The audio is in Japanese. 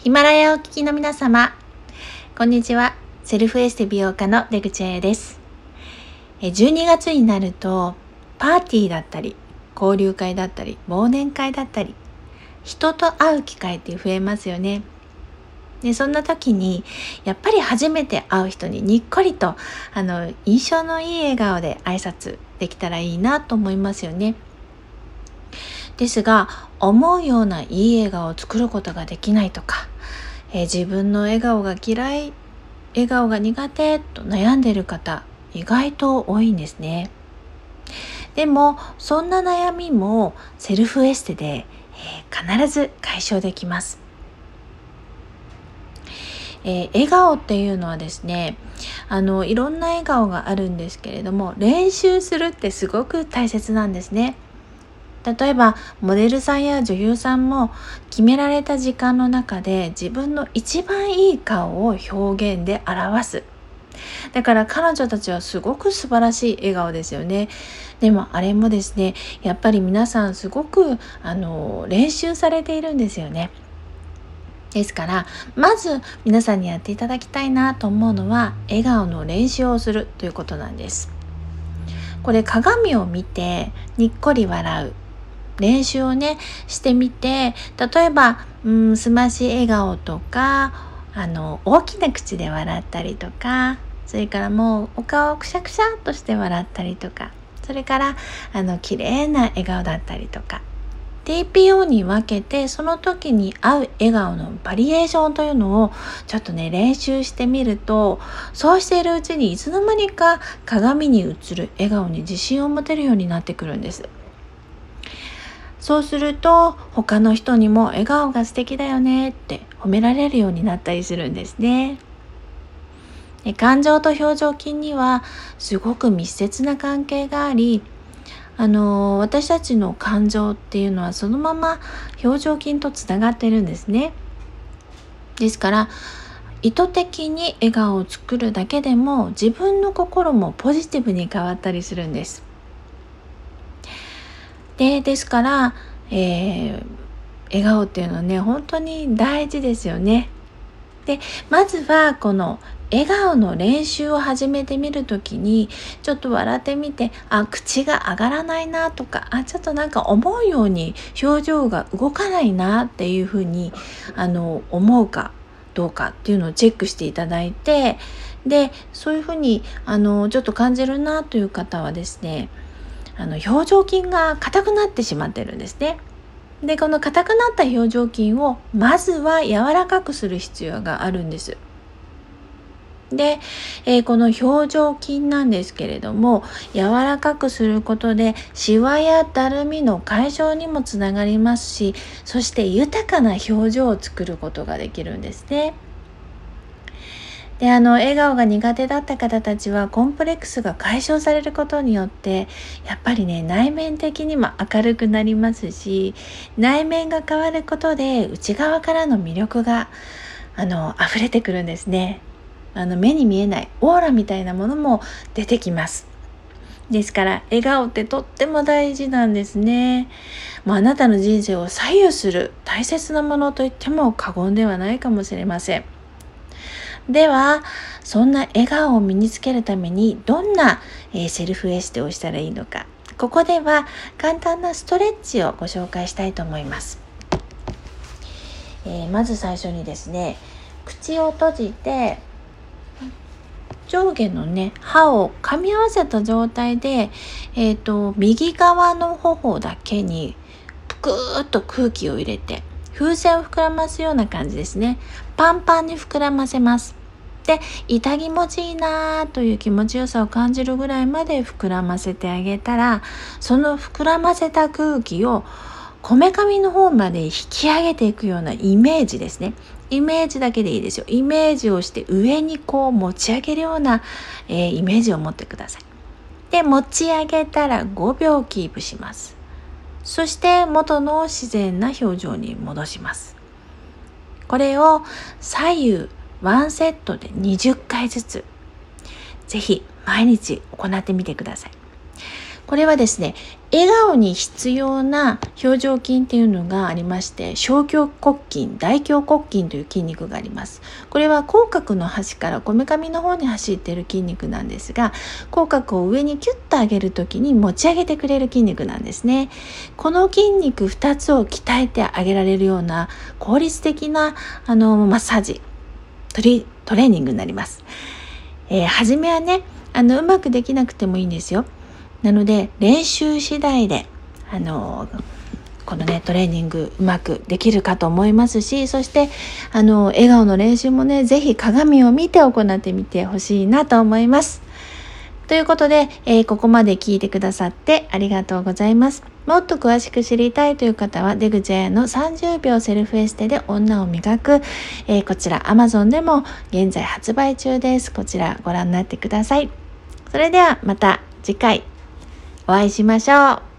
ヒマラヤをお聞きの皆様、こんにちは。セルフエステ美容家の出口彩です。12月になるとパーティーだったり交流会だったり忘年会だったり人と会う機会って増えますよね。でそんな時にやっぱり初めて会う人ににっこりと印象のいい笑顔で挨拶できたらいいなと思いますよね。ですが思うようないい笑顔を作ることができないとか、自分の笑顔が嫌い、笑顔が苦手と悩んでいる方意外と多いんですね。でもそんな悩みもセルフエステで、必ず解消できます。笑顔っていうのはですね、いろんな笑顔があるんですけれども、練習するってすごく大切なんですね。例えばモデルさんや女優さんも決められた時間の中で自分の一番いい顔を表現で表す。だから彼女たちはすごく素晴らしい笑顔ですよね。でもあれもですね、やっぱり皆さんすごく練習されているんですよね。ですからまず皆さんにやっていただきたいなと思うのは笑顔の練習をするということなんです。これ鏡を見てにっこり笑う練習をねしてみて、例えばすまし笑顔とか大きな口で笑ったりとか、それからもうお顔をくしゃくしゃっとして笑ったりとか、それから綺麗な笑顔だったりとか TPO に分けて、その時に合う笑顔のバリエーションというのをちょっとね練習してみると、そうしているうちにいつの間にか鏡に映る笑顔に自信を持てるようになってくるんです。そうすると他の人にも笑顔が素敵だよねって褒められるようになったりするんですね。で感情と表情筋にはすごく密接な関係があり、私たちの感情っていうのはそのまま表情筋とつながっているんですね。ですから意図的に笑顔を作るだけでも自分の心もポジティブに変わったりするんです。ですから、笑顔っていうのはね本当に大事ですよね。でまずはこの笑顔の練習を始めてみるときにちょっと笑ってみて、口が上がらないなとか、ちょっとなんか思うように表情が動かないなっていうふうに思うかどうかっていうのをチェックしていただいて、でそういうふうにちょっと感じるなという方はですね、表情筋が硬くなってしまってるんですね。でこの硬くなった表情筋をまずは柔らかくする必要があるんです。で、この表情筋なんですけれども、柔らかくすることでシワやたるみの解消にもつながりますし、そして豊かな表情を作ることができるんですね。で笑顔が苦手だった方たちはコンプレックスが解消されることによってやっぱりね内面的にも明るくなりますし、内面が変わることで内側からの魅力が溢れてくるんですね。目に見えないオーラみたいなものも出てきます。ですから笑顔ってとっても大事なんですね。あなたの人生を左右する大切なものと言っても過言ではないかもしれません。ではそんな笑顔を身につけるためにどんな、セルフエステをしたらいいのか、ここでは簡単なストレッチをご紹介したいと思います。まず最初にですね、口を閉じて上下のね歯を噛み合わせた状態で、右側の頬だけにぷくーっと空気を入れて風船を膨らますような感じですね。パンパンに膨らませます。で痛気持ちいいなという気持ちよさを感じるぐらいまで膨らませてあげたら、その膨らませた空気をこめかみの方まで引き上げていくようなイメージですね。イメージだけでいいですよ。イメージをして上にこう持ち上げるような、イメージを持ってください。で持ち上げたら5秒キープします。そして元の自然な表情に戻します。これを左右ワンセットで20回ずつぜひ毎日行ってみてください。 これはですね、笑顔に必要な表情筋っていうのがありまして、小胸骨筋、大胸骨筋という筋肉があります。これは口角の端からこめかみの方に走っている筋肉なんですが、口角を上にキュッと上げるときに持ち上げてくれる筋肉なんですね。この筋肉2つを鍛えてあげられるような効率的なマッサージ、トレーニングになります。初めはね、うまくできなくてもいいんですよ。なので練習次第でこのねトレーニングうまくできるかと思いますし、そして笑顔の練習もね、ぜひ鏡を見て行ってみてほしいなと思います。ということで、ここまで聞いてくださってありがとうございます。もっと詳しく知りたいという方は、出口彩の30秒セルフエステで女を磨く、こちら Amazon でも現在発売中です。こちらご覧になってください。それではまた次回お会いしましょう。